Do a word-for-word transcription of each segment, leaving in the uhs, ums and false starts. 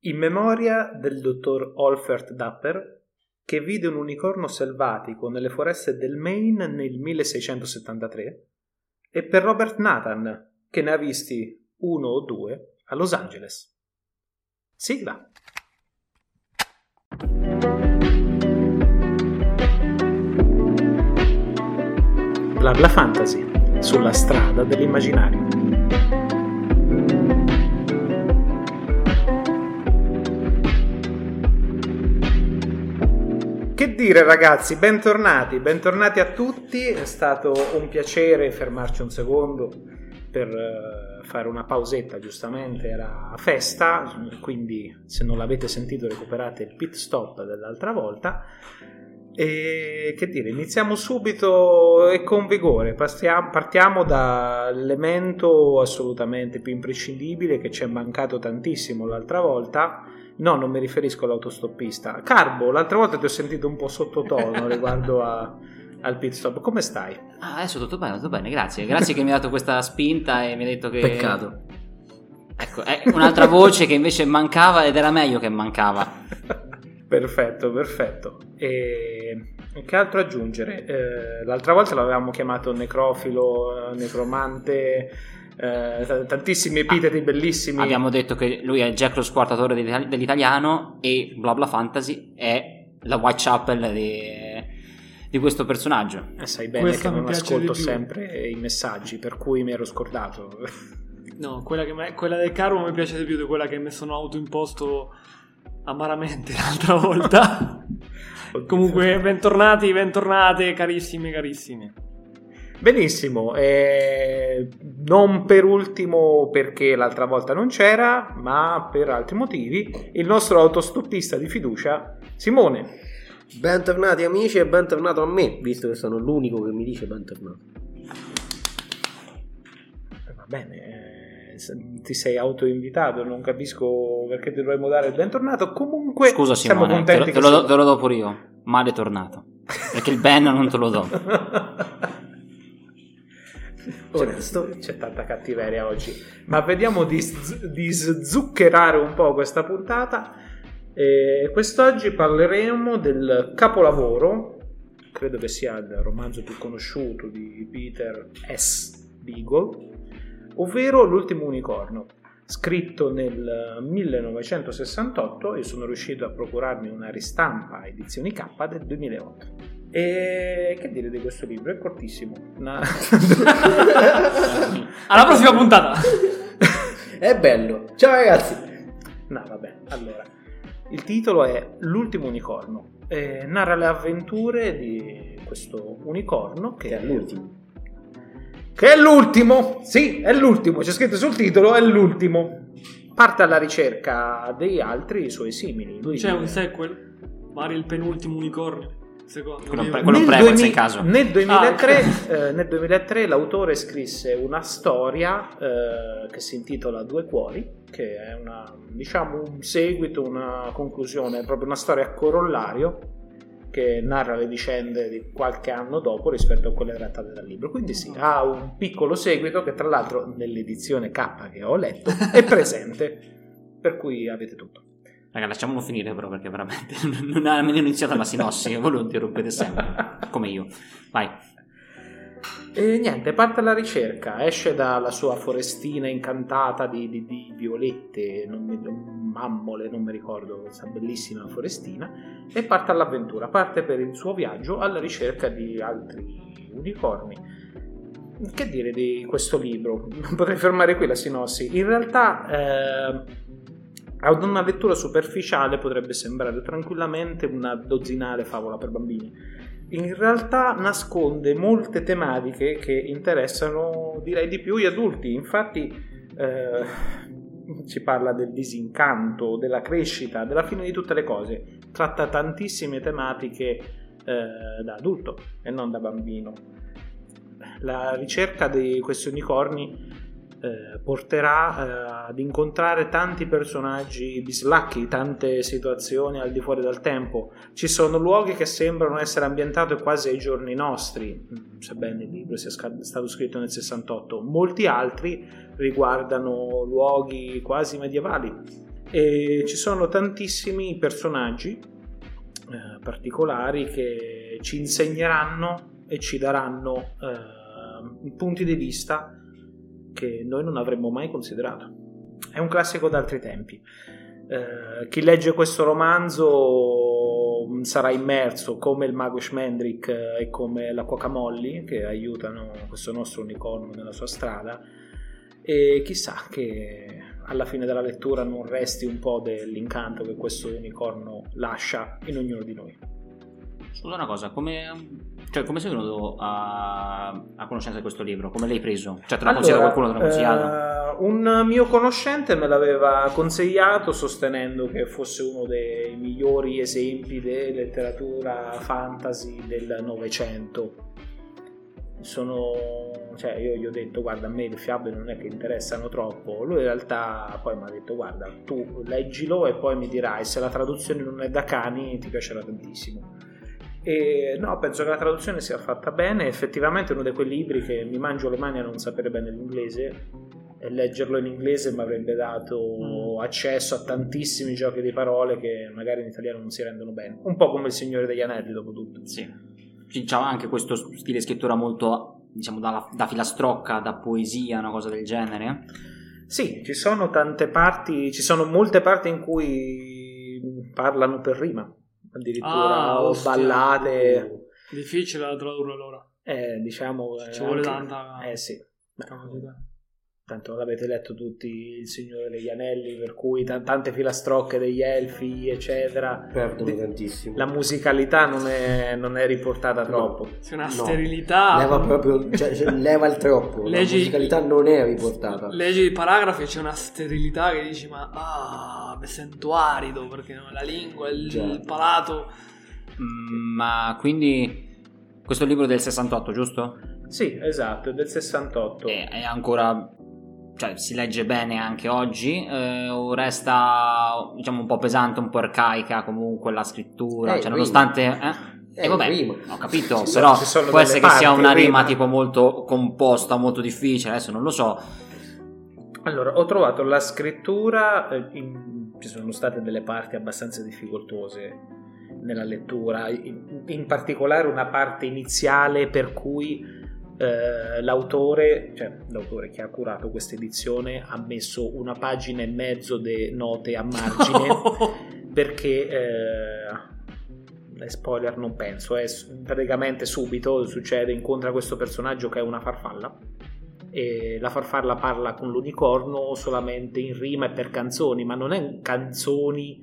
In memoria del dottor Olfert Dapper, che vide un unicorno selvatico nelle foreste del Maine nel milleseicentosettantatré, e per Robert Nathan, che ne ha visti uno o due a Los Angeles. Sigla. Bla bla fantasy, sulla strada dell'immaginario. Che dire ragazzi, bentornati, bentornati a tutti, è stato un piacere fermarci un secondo per fare una pausetta, giustamente era festa, quindi se non l'avete sentito recuperate il pit stop dell'altra volta. E che dire, iniziamo subito e con vigore, partiamo, partiamo dall'elemento assolutamente più imprescindibile che ci è mancato tantissimo l'altra volta. No, non mi riferisco all'autostoppista. Carbo, l'altra volta ti ho sentito un po' sottotono riguardo a, al pit stop. Come stai? Ah, adesso tutto bene, tutto bene, grazie. Grazie che mi hai dato questa spinta e mi hai detto che... Peccato. Ecco, è un'altra voce che invece mancava ed era meglio che mancava. Perfetto, perfetto. E che altro aggiungere? Eh, l'altra volta l'avevamo chiamato necrofilo, necromante... Eh, tantissimi epiteti bellissimi. Abbiamo detto che lui è Jack lo squartatore dell'italiano e Bla Bla Fantasy è la Whitechapel di, di questo personaggio. Eh, sai bene questo che non ascolto sempre i messaggi, per cui mi ero scordato. No, quella, che me, quella del Carbo mi piace di più di quella che mi sono autoimposto amaramente l'altra volta. Comunque bentornati, bentornate carissimi, carissimi. Benissimo, eh, non per ultimo perché l'altra volta non c'era, ma per altri motivi, il nostro autostoppista di fiducia, Simone. Bentornati amici e bentornato a me, visto che sono l'unico che mi dice bentornato. Va bene, eh, ti sei autoinvitato, non capisco perché ti dovremmo dare il bentornato. Comunque, scusa Simone, te lo, te, lo, te lo do pure io, male tornato, perché il ben non te lo do. C'è, c'è tanta cattiveria oggi, ma vediamo di, di zuccherare un po' questa puntata. E quest'oggi parleremo del capolavoro, credo che sia il romanzo più conosciuto di Peter S. Beagle, ovvero L'ultimo unicorno, scritto nel millenovecentosessantotto, e sono riuscito a procurarmi una ristampa edizioni K del duemilaotto. E che dire di questo libro? È cortissimo. Una... Alla prossima puntata. È bello. Ciao ragazzi. No, vabbè. Allora, il titolo è L'ultimo unicorno. E narra le avventure di questo unicorno che, che è l'ultimo. Che è l'ultimo. Sì, è l'ultimo. C'è scritto sul titolo, è l'ultimo. Parte alla ricerca dei altri suoi simili. Lui C'è dice... un sequel? Magari il penultimo unicorno. Secondo quello, pre- quello prequel, se in caso. Nel duemilatré, ah, eh, nel duemilatré l'autore scrisse una storia eh, che si intitola Due cuori, che è una, diciamo, un seguito, una conclusione, è proprio una storia a corollario che narra le vicende di qualche anno dopo rispetto a quelle trattate dal libro. Quindi sì, ha un piccolo seguito che tra l'altro nell'edizione K che ho letto è presente, per cui avete tutto. Raga, lasciamolo finire però, perché veramente non ha nemmeno iniziato la sinossi, voi lo interrompete sempre, come io. Vai. E niente, parte alla ricerca, esce dalla sua forestina incantata di, di, di violette, non mi, mammole, non mi ricordo, questa bellissima forestina, e parte all'avventura, parte per il suo viaggio alla ricerca di altri unicorni. Che dire di questo libro? Potrei fermare qui la sinossi. In realtà... Eh, ad una lettura superficiale potrebbe sembrare tranquillamente una dozzinale favola per bambini. In realtà nasconde molte tematiche che interessano, direi, di più gli adulti. Infatti eh, ci parla del disincanto, della crescita, della fine di tutte le cose. Tratta tantissime tematiche eh, da adulto e non da bambino. La ricerca di questi unicorni Eh, porterà eh, ad incontrare tanti personaggi bislacchi, tante situazioni al di fuori del tempo. Ci sono luoghi che sembrano essere ambientati quasi ai giorni nostri, sebbene il libro sia stato scritto nel sessantotto. Molti altri riguardano luoghi quasi medievali, e ci sono tantissimi personaggi eh, particolari che ci insegneranno e ci daranno eh, punti di vista che noi non avremmo mai considerato. È un classico d'altri tempi. Eh, chi legge questo romanzo sarà immerso come il mago Schmendrick e come la Quacamolli, che aiutano questo nostro unicorno nella sua strada, e chissà che alla fine della lettura non resti un po' dell'incanto che questo unicorno lascia in ognuno di noi. Scusa una cosa, come, cioè, come sei venuto a, a conoscenza di questo libro? Come l'hai preso? Cioè te l'ha consigliato qualcuno? Te l'ha consigliato? Eh, un mio conoscente me l'aveva consigliato sostenendo che fosse uno dei migliori esempi di letteratura fantasy del Novecento. Sono, cioè io gli ho detto guarda, a me le fiabe non è che interessano troppo. Lui in realtà poi mi ha detto guarda, tu leggilo e poi mi dirai se la traduzione non è da cani ti piacerà tantissimo. E no, penso che la traduzione sia fatta bene. Effettivamente è uno di quei libri che mi mangio le mani a non sapere bene l'inglese, e leggerlo in inglese mi avrebbe dato accesso a tantissimi giochi di parole che magari in italiano non si rendono bene, un po' come Il Signore degli Anelli dopo tutto. Sì, c'è anche questo stile di scrittura molto, diciamo, da, da filastrocca, da poesia, una cosa del genere. Sì, ci sono tante parti, ci sono molte parti in cui parlano per rima, addirittura ah, o ballate. Difficile da tradurre allora. Eh, diciamo ci eh, vuole anche, tanta eh sì. capacità. Tanto l'avete letto tutti Il Signore degli Anelli, per cui t- tante filastrocche degli elfi eccetera, perdono De- tantissimo. La musicalità non è, non è riportata troppo. C'è una No. sterilità. Leva proprio, cioè, cioè, leva il troppo. Leggi- La musicalità non è riportata. Leggi i paragrafi, c'è una sterilità che dici ma ah, mi sento arido perché la lingua, il, Già. il palato. Mm, ma quindi questo libro è del sessantotto, giusto? Sì, esatto, è del sessantotto. E è ancora, cioè si legge bene anche oggi, eh, o resta, diciamo, un po' pesante, un po' arcaica comunque la scrittura, Eh, cioè rima. nonostante eh? Eh, E vabbè, rima. ho capito, Ci però sono- ci sono può essere delle che sia parti, una rima rima. tipo molto composta, molto difficile, adesso non lo so. Allora, ho trovato la scrittura, eh, in- ci sono state delle parti abbastanza difficoltose nella lettura, in, in particolare una parte iniziale per cui eh, l'autore, cioè l'autore che ha curato questa edizione, ha messo una pagina e mezzo di note a margine perché eh, spoiler non penso, è praticamente subito succede, incontra questo personaggio che è una farfalla e la farfalla parla con l'unicorno solamente in rima e per canzoni, ma non è canzoni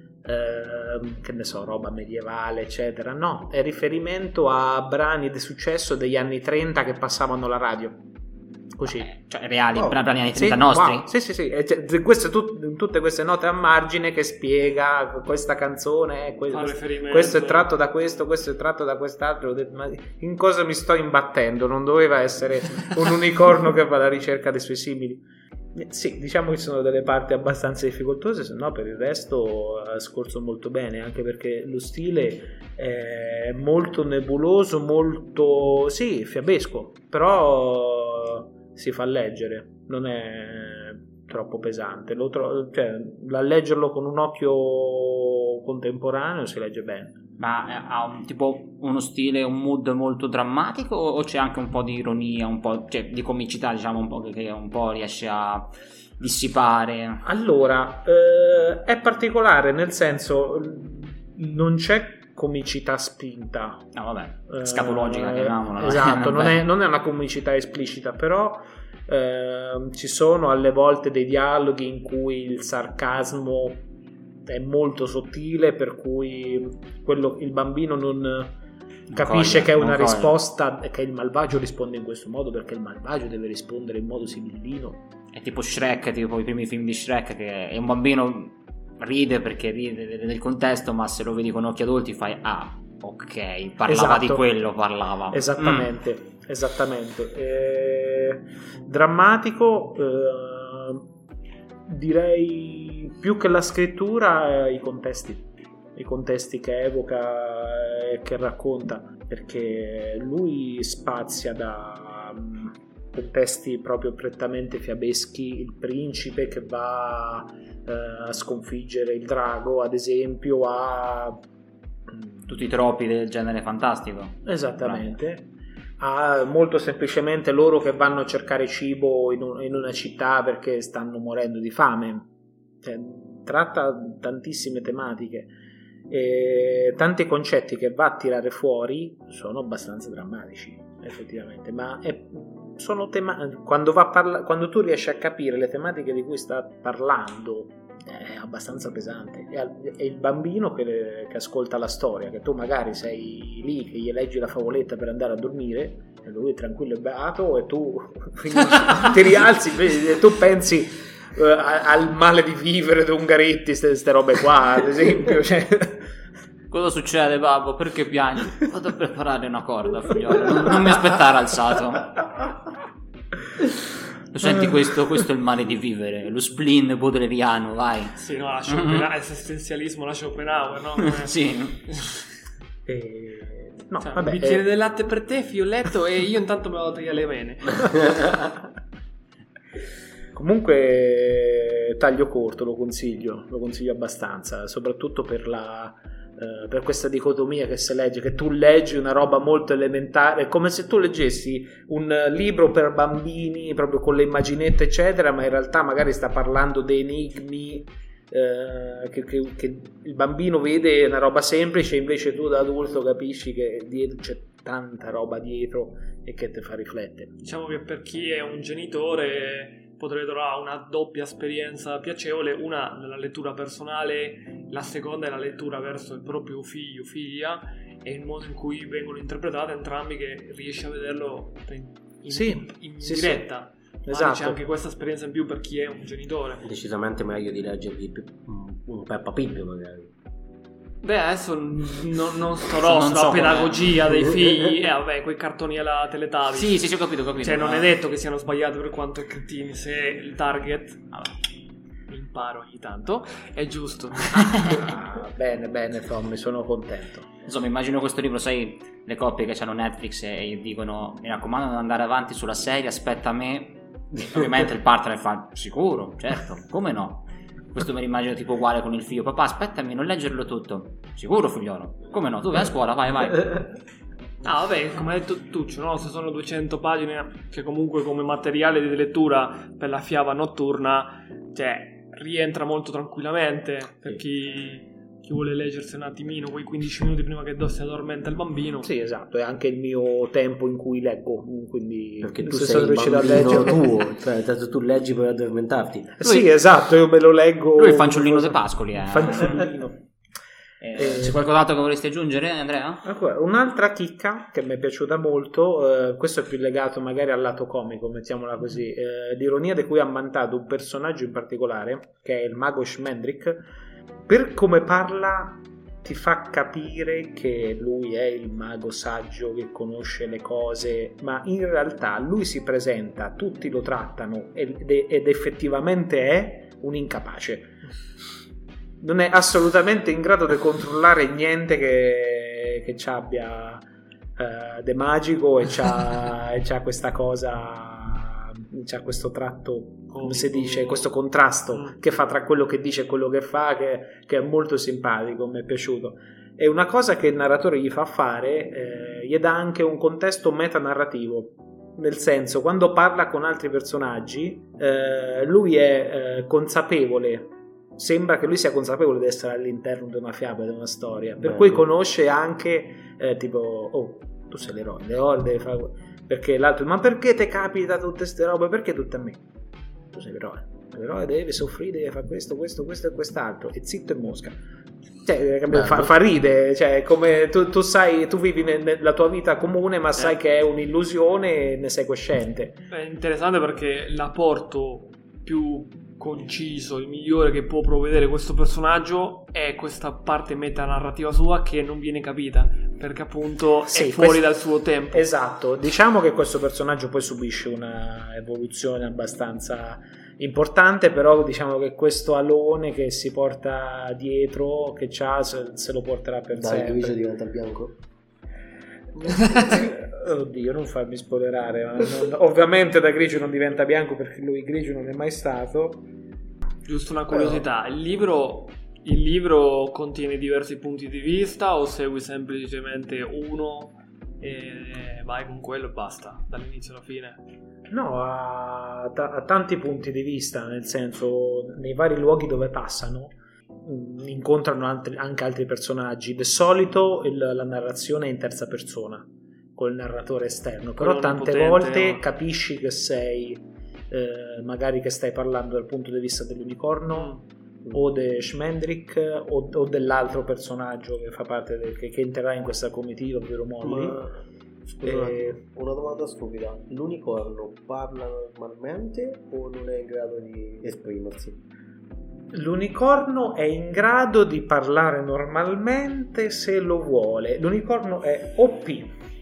eh, che ne so, roba medievale eccetera, no, è riferimento a brani di successo degli anni trenta che passavano alla radio, così. Cioè reali, Wow. per gli anni Sì, trenta nostri? wow, sì sì sì, e cioè, queste, tut- tutte queste note a margine che spiega questa canzone, que- Fa questo, riferimento. questo è tratto da questo, questo è tratto da quest'altro. Ho detto, ma in cosa mi sto imbattendo? Non doveva essere un unicorno che va alla ricerca dei suoi simili. Eh, Sì, diciamo che ci sono delle parti abbastanza difficoltose, se no per il resto ha scorso molto bene, anche perché lo stile è molto nebuloso, molto, sì, fiabesco, però si fa leggere, non è troppo pesante. Lo tro- cioè, a leggerlo con un occhio contemporaneo si legge bene. Ma eh, ha un, tipo uno stile, un mood molto drammatico o c'è anche un po' di ironia, un po', cioè, di comicità, diciamo, un po' che, che un po' riesce a dissipare? Allora, eh, è particolare nel senso non c'è comicità spinta. No, vabbè, Eh, scatologica, chiamiamola. Esatto, non Vabbè. è, non è una comicità esplicita, però eh, ci sono alle volte dei dialoghi in cui il sarcasmo è molto sottile, per cui quello, il bambino non capisce coglie, che è una non coglie. risposta, che il malvagio risponde in questo modo perché il malvagio deve rispondere in modo sibillino. È tipo Shrek, tipo i primi film di Shrek, che è un bambino ride perché ride del contesto, ma se lo vedi con occhi adulti fai ah, ok, parlava Esatto. di quello, parlava. Esattamente, Mm. esattamente. Eh, drammatico, eh, direi più che la scrittura, eh, i contesti, i contesti che evoca e che racconta, perché lui spazia da, contesti proprio prettamente fiabeschi, il principe che va eh, a sconfiggere il drago, ad esempio, a tutti i troppi del genere fantastico. Esattamente. A molto semplicemente loro che vanno a cercare cibo in, un, in una città perché stanno morendo di fame. Cioè, tratta tantissime tematiche e tanti concetti che va a tirare fuori sono abbastanza drammatici, effettivamente, ma è, sono tema- quando, va a parla- quando tu riesci a capire le tematiche di cui sta parlando è abbastanza pesante. È, è il bambino che, le, che ascolta la storia, che tu magari sei lì che gli leggi la favoletta per andare a dormire e lui è tranquillo e beato e tu ti rialzi e tu pensi uh, al male di vivere di Ungaretti, queste robe qua, ad esempio. Cioè, cosa succede, babbo? Perché piangi? Vado a preparare una corda, figliolo, non, non mi aspettare alzato. Lo senti, questo, questo è il male di vivere, lo spleen bodleriano, vai. Sì, no, la Schopenhauer, esistenzialismo, la Schopenhauer, no? Come... sì. E... No, cioè, vabbè, un bicchiere eh... del latte per te, fioletto, e io intanto me lo taglio le vene. Comunque taglio corto, lo consiglio, lo consiglio abbastanza, soprattutto per la... Uh, per questa dicotomia che se legge, che tu leggi una roba molto elementare, è come se tu leggessi un libro per bambini proprio con le immaginette eccetera, ma in realtà magari sta parlando di enigmi uh, che, che, che il bambino vede una roba semplice, invece tu da adulto capisci che dietro c'è tanta roba dietro e che ti fa riflettere. Diciamo che per chi è un genitore potrebbe trovare una doppia esperienza piacevole, una nella lettura personale, la seconda è la lettura verso il proprio figlio, figlia, e il modo in cui vengono interpretate entrambi, che riesci a vederlo in, in, sì, in, in sì, diretta. Sì. Esatto. C'è anche questa esperienza in più per chi è un genitore. Decisamente meglio di leggergli un Peppa Pig magari. Beh, adesso non, non sto non sulla so pedagogia come... dei figli, eh vabbè, quei cartoni alla Teletubbies. Sì, sì, sì, ho capito, ho capito. Cioè, non è detto che siano sbagliati per quanto è cretini, se il target, vabbè, imparo ogni tanto, è giusto. Ah, bene, bene, Tommy, sono contento. Insomma, immagino questo libro, sai, le coppie che hanno Netflix e gli dicono mi raccomando non andare avanti sulla serie, aspetta a me. Ovviamente il partner fa sicuro, certo, come no? Questo me l'immagino tipo uguale con il figlio. Papà, aspettami, non leggerlo tutto. Sicuro, figliolo? Come no? Tu vai a scuola, vai, vai. Ah, vabbè, come hai detto Tuccio, no? Se sono duecento pagine, che comunque come materiale di lettura per la fiaba notturna, cioè, rientra molto tranquillamente per Sì. chi, chi vuole leggersi un attimino, quei quindici minuti prima che si addormenta il bambino. Sì, esatto, è anche il mio tempo in cui leggo, quindi Perché tu se sei sono il riuscito a bambino leggere tuo, cioè tanto tu leggi per addormentarti. Sì, esatto, io me lo leggo. Lui è il fanciullino De Pascoli, eh. Fanciullino. Eh, Eh, c'è qualcos'altro che vorresti aggiungere, Andrea? Ancora, un'altra chicca che mi è piaciuta molto, eh, questo è più legato magari al lato comico, mettiamola così, eh, l'ironia di cui ha mantato un personaggio in particolare, che è il mago Schmendrick, per come parla ti fa capire che lui è il mago saggio che conosce le cose, ma in realtà lui si presenta, tutti lo trattano ed, ed effettivamente è un incapace. Non è assolutamente in grado di controllare niente che, che ci abbia uh, de magico e c'ha, e c'ha questa cosa, c'ha questo tratto, come si dice, questo contrasto che fa tra quello che dice e quello che fa, che, che è molto simpatico, mi è piaciuto. E una cosa che il narratore gli fa fare, eh, gli dà anche un contesto metanarrativo. Nel senso, quando parla con altri personaggi, eh, lui è eh, consapevole, sembra che lui sia consapevole di essere all'interno di una fiaba, di una storia, per Bello. cui conosce anche eh, tipo, oh, tu sei l'eroe, l'eroe deve fare, perché l'altro, ma perché ti capita tutte queste robe, perché tutte a me? Tu sei l'eroe, l'eroe deve soffrire, deve fare questo, questo, questo e quest'altro, e zitto e mosca. Cioè, fa, fa ride, cioè, come tu, tu sai, tu vivi nella tua vita comune, ma sai eh. che è un'illusione e ne sei cosciente. È interessante perché l'apporto più conciso, il migliore che può provvedere questo personaggio è questa parte metanarrativa sua che non viene capita, perché appunto Sì, è fuori questo- dal suo tempo. Esatto, diciamo che questo personaggio poi subisce una evoluzione abbastanza importante, però diciamo che questo alone che si porta dietro, che c'ha, se, se lo porterà per Dal grigio sempre. diventa bianco. Oddio, non farmi spoilerare. Ma non, ovviamente da grigio non diventa bianco perché lui grigio non è mai stato. Giusto una curiosità, il libro, il libro contiene diversi punti di vista o segui semplicemente uno e vai con quello e basta, dall'inizio alla fine? No, ha, ha tanti punti di vista, nel senso, nei vari luoghi dove passano incontrano altri, anche altri personaggi. Di solito il, la narrazione è in terza persona col narratore esterno, però tante potente, volte no? capisci che sei eh, magari che stai parlando dal punto di vista dell'unicorno mm. o di Schmendrick o, o dell'altro personaggio che fa parte del, che, che entrerà in questa comitiva, ovvero Molly. Ma, scusa, e... una domanda stupida: l'unicorno parla normalmente o non è in grado di esprimersi? L'unicorno è in grado di parlare normalmente se lo vuole. L'unicorno è O P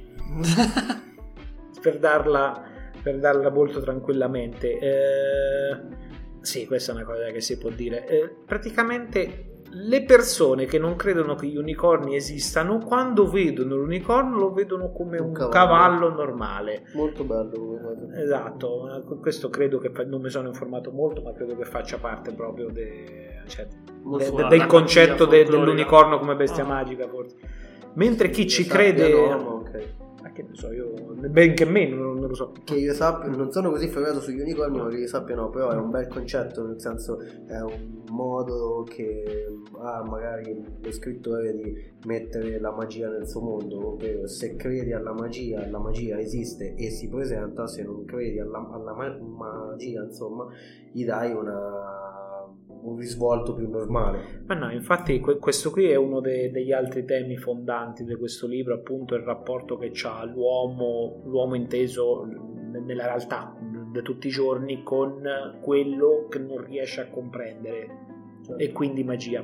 per darla per darla molto tranquillamente. Eh, sì, questa è una cosa che si può dire. Eh, praticamente le persone che non credono che gli unicorni esistano, quando vedono l'unicorno lo vedono come un, un cavallo. cavallo normale. Molto bello. Esatto, questo credo che non mi sono informato molto, ma credo che faccia parte proprio de, cioè, de, de, del concetto de, dell'unicorno come bestia oh. magica, forse. Mentre chi ci crede no, okay. Ma che ne so, io benché meno non, non lo so. Che io sappia, non sono così ferrato sugli unicorni, ma che io sappia no, però è un bel concetto, nel senso è un modo che ha magari lo scrittore di mettere la magia nel suo mondo, ovvero se credi alla magia, la magia esiste e si presenta, se non credi alla, alla magia, insomma, gli dai una un risvolto più normale. Ma no, infatti questo qui è uno de- degli altri temi fondanti di questo libro, appunto il rapporto che c'ha l'uomo, l'uomo inteso nella realtà di tutti i giorni con quello che non riesce a comprendere, certo. E quindi magia.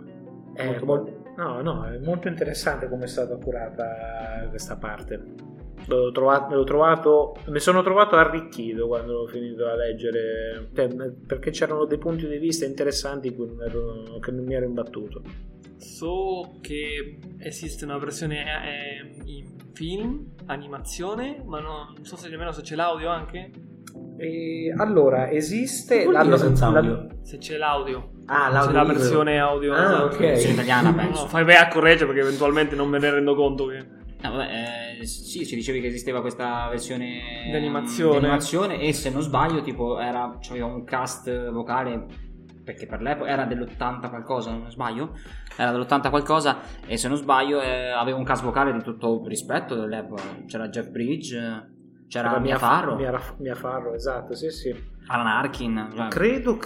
È molto, no, no, è molto interessante come è stata curata questa parte. L'ho trovato, l'ho trovato, mi sono trovato arricchito quando l'ho finito a leggere, perché c'erano dei punti di vista interessanti in cui non ero, che non mi ero imbattuto. So che esiste una versione eh, in film, animazione, ma no, non so se nemmeno se c'è l'audio anche. E allora esiste l'audio senza audio. Se c'è l'audio. Ah, l'audio. C'è la versione audio. Ah, esatto. ok. Sì, italiana, penso. No, fai bene a correggere perché eventualmente non me ne rendo conto che... No, vabbè, eh, sì, ci dicevi che esisteva questa versione di animazione. di animazione e se non sbaglio tipo era, c'aveva un cast vocale perché per l'epoca era dell'ottanta qualcosa, non sbaglio, era dell'ottanta qualcosa e se non sbaglio eh, aveva un cast vocale di tutto rispetto dell'epoca, c'era Jeff Bridge, c'era, c'era Mia Farrow, Mia, Mia Farrow, esatto, sì sì, Alan Arkin, cioè... credo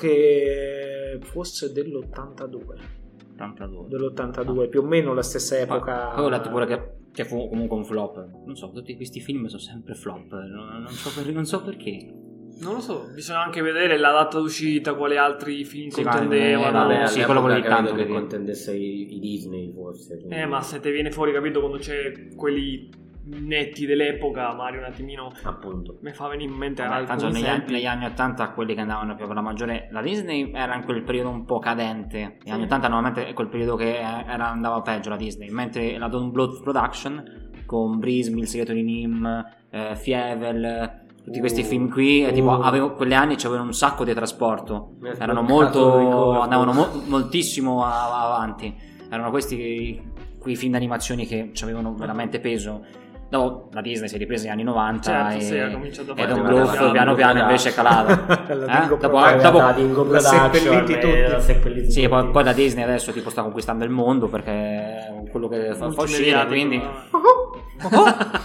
che fosse dell'ottantadue dell'ottantadue, ah. più o meno la stessa epoca. Poi ho letto pure che, che fu comunque un flop. Non so, tutti questi film sono sempre flop. Non, non, so, per, non so perché. Non lo so, bisogna anche vedere la data d'uscita, quali altri film sì, contendevano. Vabbè, sì, quello con tanto che contendesse i, i Disney forse. Quindi. Eh, ma se te viene fuori, capito, quando c'è quelli netti dell'epoca, Mario un attimino appunto mi fa venire in mente Vabbè, tanto negli, anni, negli anni ottanta quelli che andavano più per la maggiore, la Disney era in quel periodo un po' cadente, negli sì. anni ottanta normalmente è quel periodo che era, andava peggio la Disney, mentre la Don Bluth Production con Brisby, Il segreto di Nim, eh, Fievel, tutti uh, questi film qui uh, tipo avevo, quegli anni c'avevano un sacco di trasporto, erano molto andavano mo, moltissimo avanti, erano questi quei film d'animazione che avevano veramente peso. Dopo la Disney si è ripresa negli anni novanta, certo, e, sì, e Don Bluth piano piano invece è calato. eh? Dopo, dopo la seppelliti tutti. Sì, poi, poi la Disney adesso tipo sta conquistando il mondo perché è quello che fa, fa uscire, quindi oh, oh,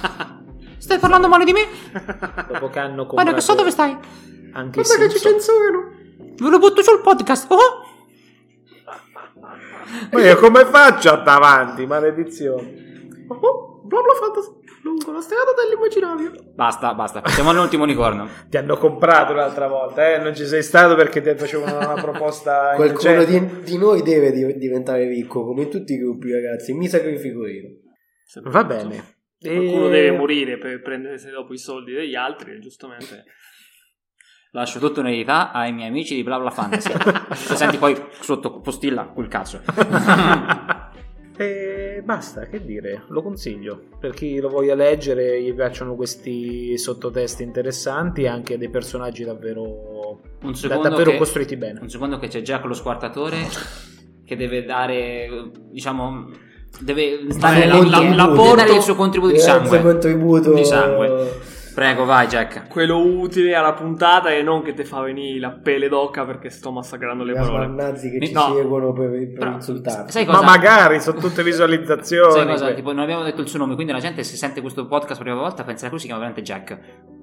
stai parlando male di me? Dopo che hanno comprato... Guarda che so dove stai. Anche guarda che ci censurano. Ve lo butto sul podcast. Oh! Ma io come faccio a davanti, maledizione. Oh, bla bla fantasy. Lungo la strada dell'immaginario. Basta, basta, passiamo all'ultimo unicorno. Ti hanno comprato l'altra volta, eh? Non ci sei stato perché ti facevano una proposta. Qualcuno di, di noi deve diventare ricco, come in tutti i gruppi, ragazzi. Mi sacrifico io. Va bene. Qualcuno e... deve morire per prendersi dopo i soldi degli altri, giustamente. Lascio tutta un'eredità ai miei amici di Bla Bla Fantasy. Se senti poi sotto postilla quel cazzo. E basta, che dire, lo consiglio per chi lo voglia leggere, gli piacciono questi sottotesti interessanti e anche dei personaggi davvero, un da, davvero che, costruiti bene. Un secondo che c'è Jack lo squartatore che deve dare, diciamo, deve dare, la, la, la deve dare il suo contributo di sangue. Contributo... di sangue. Prego, vai Jack. Quello utile alla puntata e non che te fa venire la pelle d'occa perché sto massacrando le I parole. mannazzi che ci no. seguono per, per Però, insultarti. sai cosa? Ma magari sono tutte visualizzazioni. Sai cosa? Tipo, non abbiamo detto il suo nome, quindi la gente se sente questo podcast per la prima volta penserà che lui si chiama veramente Jack.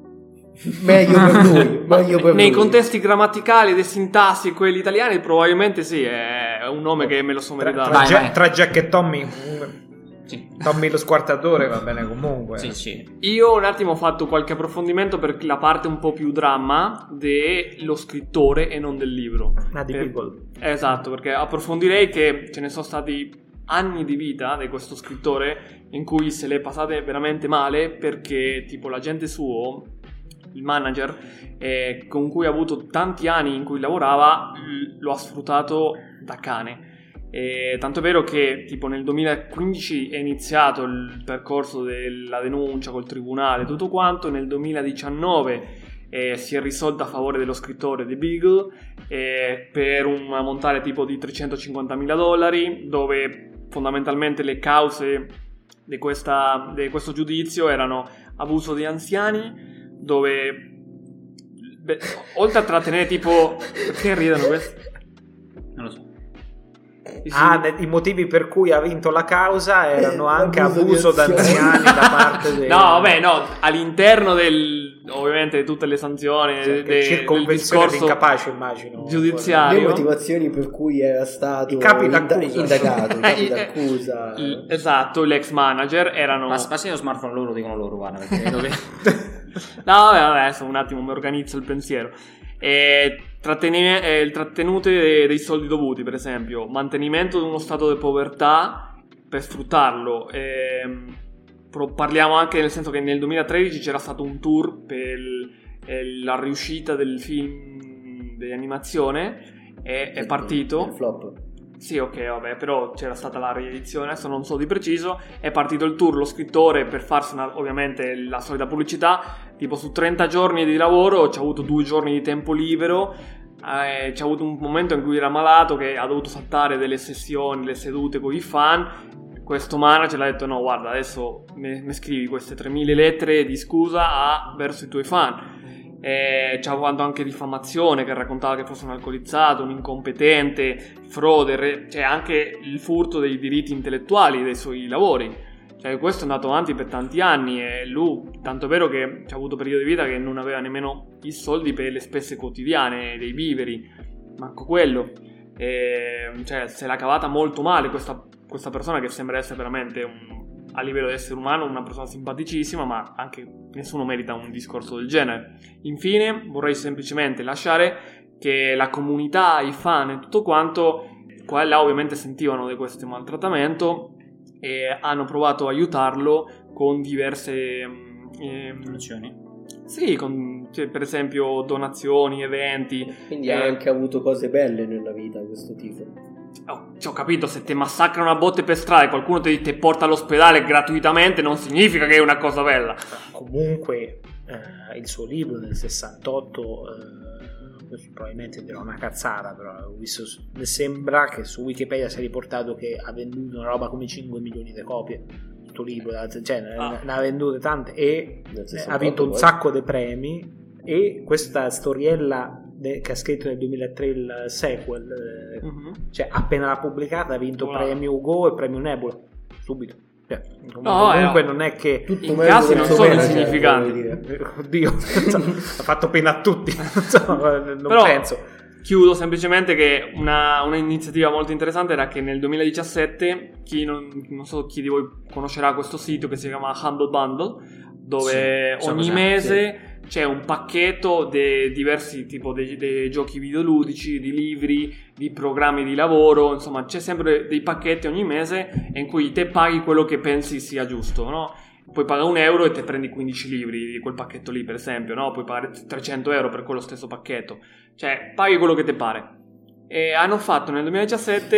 Meglio per lui, meglio per Nei lui. contesti grammaticali e sintassi quelli italiani probabilmente sì, è un nome che me lo sono Tra, meritato. tra, Vai, Jack, vai. tra Jack e Tommy, Sì. Tommy lo squartatore va bene comunque. Sì, sì. Io un attimo ho fatto qualche approfondimento per la parte un po' più dramma dello scrittore e non del libro. Ah, di Eh, People. Esatto, perché approfondirei che ce ne sono stati anni di vita di questo scrittore in cui se le è passate veramente male perché tipo l'agente suo, il manager, eh, con cui ha avuto tanti anni in cui lavorava, l- lo ha sfruttato da cane. E tanto è vero che tipo nel duemilaquindici è iniziato il percorso della denuncia col tribunale, tutto quanto. Nel duemiladiciannove eh, si è risolta a favore dello scrittore The Beagle eh, per un ammontare tipo di trecentocinquantamila dollari, dove fondamentalmente le cause di, questa, di questo giudizio erano abuso di anziani, dove beh, oltre a trattenere tipo, perché ridono questi? Non lo so. Sì. Ah, ne- i motivi per cui ha vinto la causa erano Eh, anche abuso di abuso anziani. d'anziani da parte dei... No, vabbè, no, all'interno del, ovviamente di tutte le sanzioni, Cioè, de- che del circonvenzione di discorso incapace, immagino. giudiziario. Le motivazioni per cui era stato I capi inda- d'accusa. indagato, i capi Eh, eh, d'accusa. il- esatto, l'ex manager erano... Ma, ma se io smartphone loro dicono loro, guarda, perché vedo che... No, vabbè, vabbè, adesso un attimo mi organizzo il pensiero. E trattene- eh, il trattenute dei, dei soldi dovuti, per esempio, mantenimento di uno stato di povertà per sfruttarlo. Ehm, pro- parliamo anche nel senso che nel duemilatredici c'era stato un tour per eh, la riuscita del film di animazione e è partito. Il flop. Sì, ok, vabbè, però c'era stata la riedizione, adesso non so di preciso. È partito il tour, lo scrittore, per farsi una, ovviamente la solita pubblicità, tipo su trenta giorni di lavoro c'ha avuto due giorni di tempo libero, eh, c'ha avuto un momento in cui era malato che ha dovuto saltare delle sessioni, le sedute con i fan. Questo manager l'ha detto: no, guarda, adesso mi scrivi queste tremila lettere di scusa a, verso i tuoi fan. Eh, c'ha avuto anche diffamazione, che raccontava che fosse un alcolizzato, un incompetente, frode, re- cioè anche il furto dei diritti intellettuali dei suoi lavori. Cioè questo è andato avanti per tanti anni e lui, tanto è vero che c'ha avuto periodi di vita che non aveva nemmeno i soldi per le spese quotidiane dei viveri, manco quello. E, cioè se l'ha cavata molto male questa, questa persona, che sembra essere veramente un, a livello di essere umano una persona simpaticissima, ma anche nessuno merita un discorso del genere. Infine vorrei semplicemente lasciare che la comunità, i fan e tutto quanto qua e là ovviamente sentivano di questo maltrattamento e hanno provato a aiutarlo con diverse ehm, Donazioni? sì, con, cioè, per esempio donazioni, eventi. Quindi eh, ha anche avuto cose belle nella vita questo tipo. Oh, ci ho capito, se ti massacrano a botte per strada e qualcuno ti, ti porta all'ospedale gratuitamente non significa che è una cosa bella. Comunque eh, il suo libro del sessantotto, eh, questo probabilmente dirò una cazzata, però ho visto, mi sembra che su Wikipedia si è riportato che ha venduto una roba come cinque milioni di copie. Questo libro, cioè Ah. ne ha vendute tante e Nel eh, sessantotto ha vinto un poi. sacco di premi. E questa storiella de- che ha scritto nel duemilatré il sequel, eh, Mhm. cioè appena l'ha pubblicata ha vinto Wow. premio Hugo e premio Nebula subito. Cioè, comunque No, comunque eh, non è che Tutto In meglio casi del non suo sono manager, insignificanti. voglio dire. oddio, ha fatto pena a tutti. Insomma, non Però penso. chiudo semplicemente che una, un'iniziativa molto interessante era che nel duemiladiciassette, chi non, non so chi di voi conoscerà questo sito che si chiama Humble Bundle, dove Sì, so ogni cos'è, mese c'è un pacchetto di diversi tipo dei, dei giochi videoludici, di libri, di programmi di lavoro, insomma c'è sempre dei pacchetti ogni mese in cui te paghi quello che pensi sia giusto, no? Puoi pagare un euro e te prendi quindici libri di quel pacchetto lì, per esempio, no? Puoi pagare trecento euro per quello stesso pacchetto. Cioè, paghi quello che ti pare. E hanno fatto nel duemiladiciassette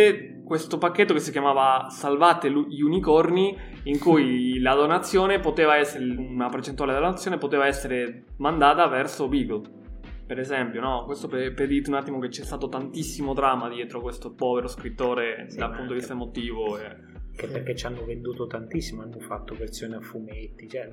questo pacchetto che si chiamava Salvate gli unicorni, in cui la donazione poteva essere, una percentuale della donazione poteva essere mandata verso Beagle, per esempio, no? Questo per, per dirti un attimo che c'è stato tantissimo dramma dietro questo povero scrittore, sì, dal punto di vista emotivo. E... Che perché ci hanno venduto tantissimo, hanno fatto versioni a fumetti, cioè...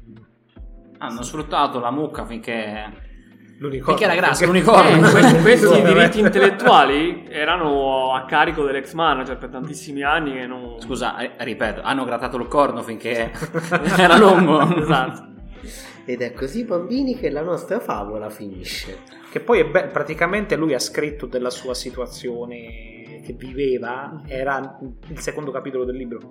Hanno sfruttato la mucca finché... L'unicorno. Finché era grasso, Finché... l'unicorno. Eh, questi, questi diritti intellettuali erano a carico dell'ex manager per tantissimi anni e non... Scusa, ripeto, hanno grattato il corno finché era lungo. Esatto. Ed è così, bambini, che la nostra favola finisce. Che poi è be- praticamente lui ha scritto della sua situazione che viveva, era il secondo capitolo del libro.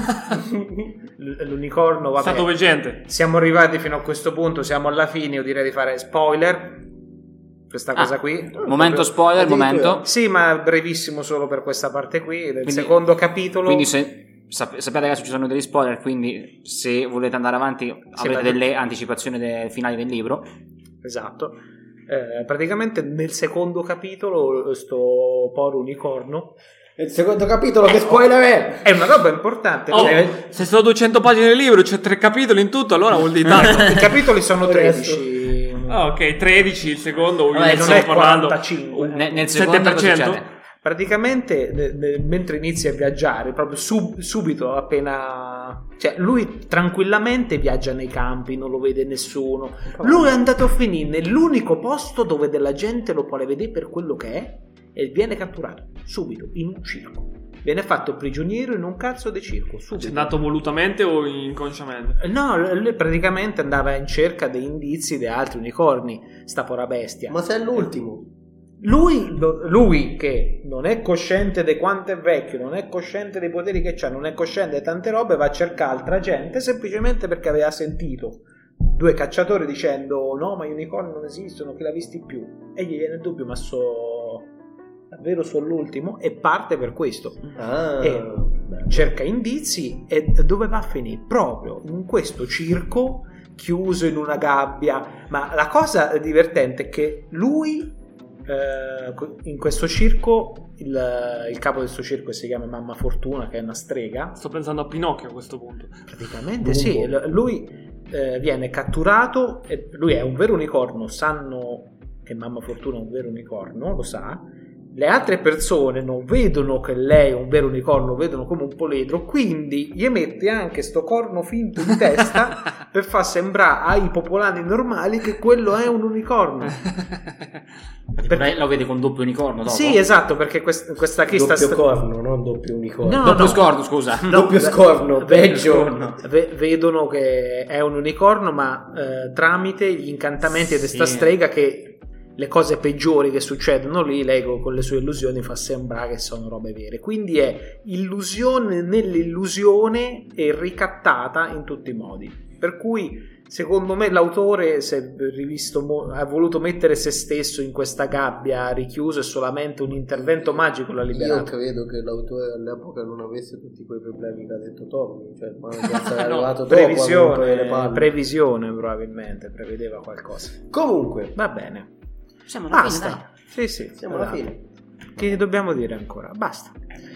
L- l'unicorno, vabbè. Stato veggente. Siamo arrivati fino a questo punto, siamo alla fine, io direi di fare spoiler. Questa cosa ah, qui. Momento spoiler, momento. Sì, ma brevissimo solo per questa parte qui, del quindi, secondo capitolo. Quindi se... Sappiate che ci sono degli spoiler, quindi se volete andare avanti sì, avrete delle anticipazioni de- finali del libro. Esatto. Eh, praticamente nel secondo capitolo sto povero unicorno. Il secondo capitolo che spoiler è? È una roba importante. Oh, se sono duecento pagine del libro, c'è tre capitoli in tutto, allora vuol dire tanto. I capitoli sono tredici. Oh, ok, tredici il secondo. Vabbè, non è quarantacinque. Nel, nel secondo sette per cento? Praticamente ne, ne, mentre inizia a viaggiare proprio sub, subito appena, cioè lui tranquillamente viaggia nei campi, non lo vede nessuno, lui è andato a finire nell'unico posto dove della gente lo vuole vedere per quello che è e viene catturato subito in un circo, viene fatto prigioniero in un cazzo di circo subito. C'è andato volutamente o inconsciamente? No, lui praticamente andava in cerca di indizi di altri unicorni, sta pora bestia. Ma se è l'ultimo. Lui, lui che non è cosciente di quanto è vecchio, non è cosciente dei poteri che c'ha, non è cosciente di tante robe, va a cercare altra gente semplicemente perché aveva sentito due cacciatori dicendo no, ma gli unicorni non esistono, chi l'ha visti più, e gli viene il dubbio, ma so davvero sono l'ultimo, e parte per questo. Ah, e cerca indizi e dove va a finire? Proprio in questo circo chiuso in una gabbia. Ma la cosa divertente è che lui in questo circo il, il capo del suo circo si chiama Mamma Fortuna, che è una strega. Sto pensando a Pinocchio a questo punto. Praticamente sì, lui eh, viene catturato e lui è un vero unicorno, sanno che Mamma Fortuna è un vero unicorno, lo sa. Le altre persone non vedono che lei è un vero unicorno, vedono come un poledro, quindi gli mette anche sto corno finto in testa per far sembrare ai popolani normali che quello è un unicorno. Perché lo vede con doppio unicorno dopo? Sì, esatto, perché quest- questa qui doppio sta... corno, non doppio unicorno. No, doppio no. scorno, scusa. No, doppio scorno, peggio. V- vedono che è un unicorno, ma eh, tramite gli incantamenti di questa Sì. strega, che le cose peggiori che succedono lì lei con le sue illusioni fa sembrare che sono robe vere, quindi è illusione nell'illusione e ricattata in tutti i modi, per cui secondo me l'autore si è rivisto mo- ha voluto mettere se stesso in questa gabbia richiuso e solamente un intervento magico l'ha Io liberato. credo che l'autore all'epoca non avesse tutti quei problemi che ha detto Tommy, cioè ma è No, arrivato dopo a previsione, rompere le palle. previsione probabilmente prevedeva qualcosa. Comunque Va bene, Siamo alla basta. fine, Sì, sì, siamo alla esatto. fine. Che dobbiamo dire ancora? Basta.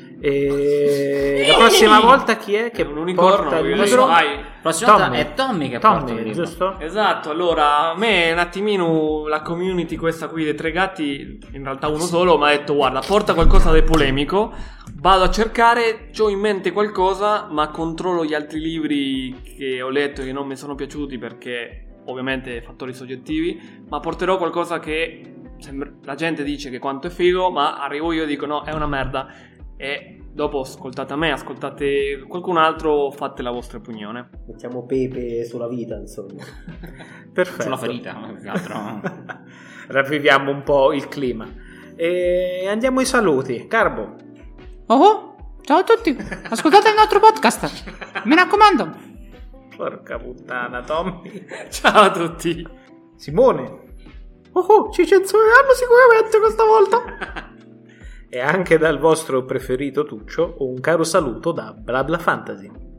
E la prossima volta chi è che È un unicorno, porta il io libro? vai. dai. Prossima volta Tommy. è Tommy che Tommy, porta il libro. giusto? Esatto, allora a me un attimino la community questa qui dei tre gatti, in realtà uno solo, mi ha detto guarda, porta qualcosa di polemico, vado a cercare, c'ho in mente qualcosa, ma controllo gli altri libri che ho letto e che non mi sono piaciuti perché ovviamente fattori soggettivi, ma porterò qualcosa che sembra, la gente dice che quanto è figo, ma arrivo io e dico no, è una merda. E dopo ascoltate me, ascoltate qualcun altro, fate la vostra opinione. Mettiamo pepe sulla vita, insomma. Perfetto. Sulla ferita, più che altro. Ravviviamo un po' il clima. E andiamo ai saluti. Carbo. Oh, ciao a tutti, ascoltate il nostro podcast, mi raccomando. Porca puttana, Tommy. Ciao a tutti. Simone. Oh, ci censureranno sicuramente questa volta. E anche dal vostro preferito Tuccio un caro saluto da BlaBla Fantasy.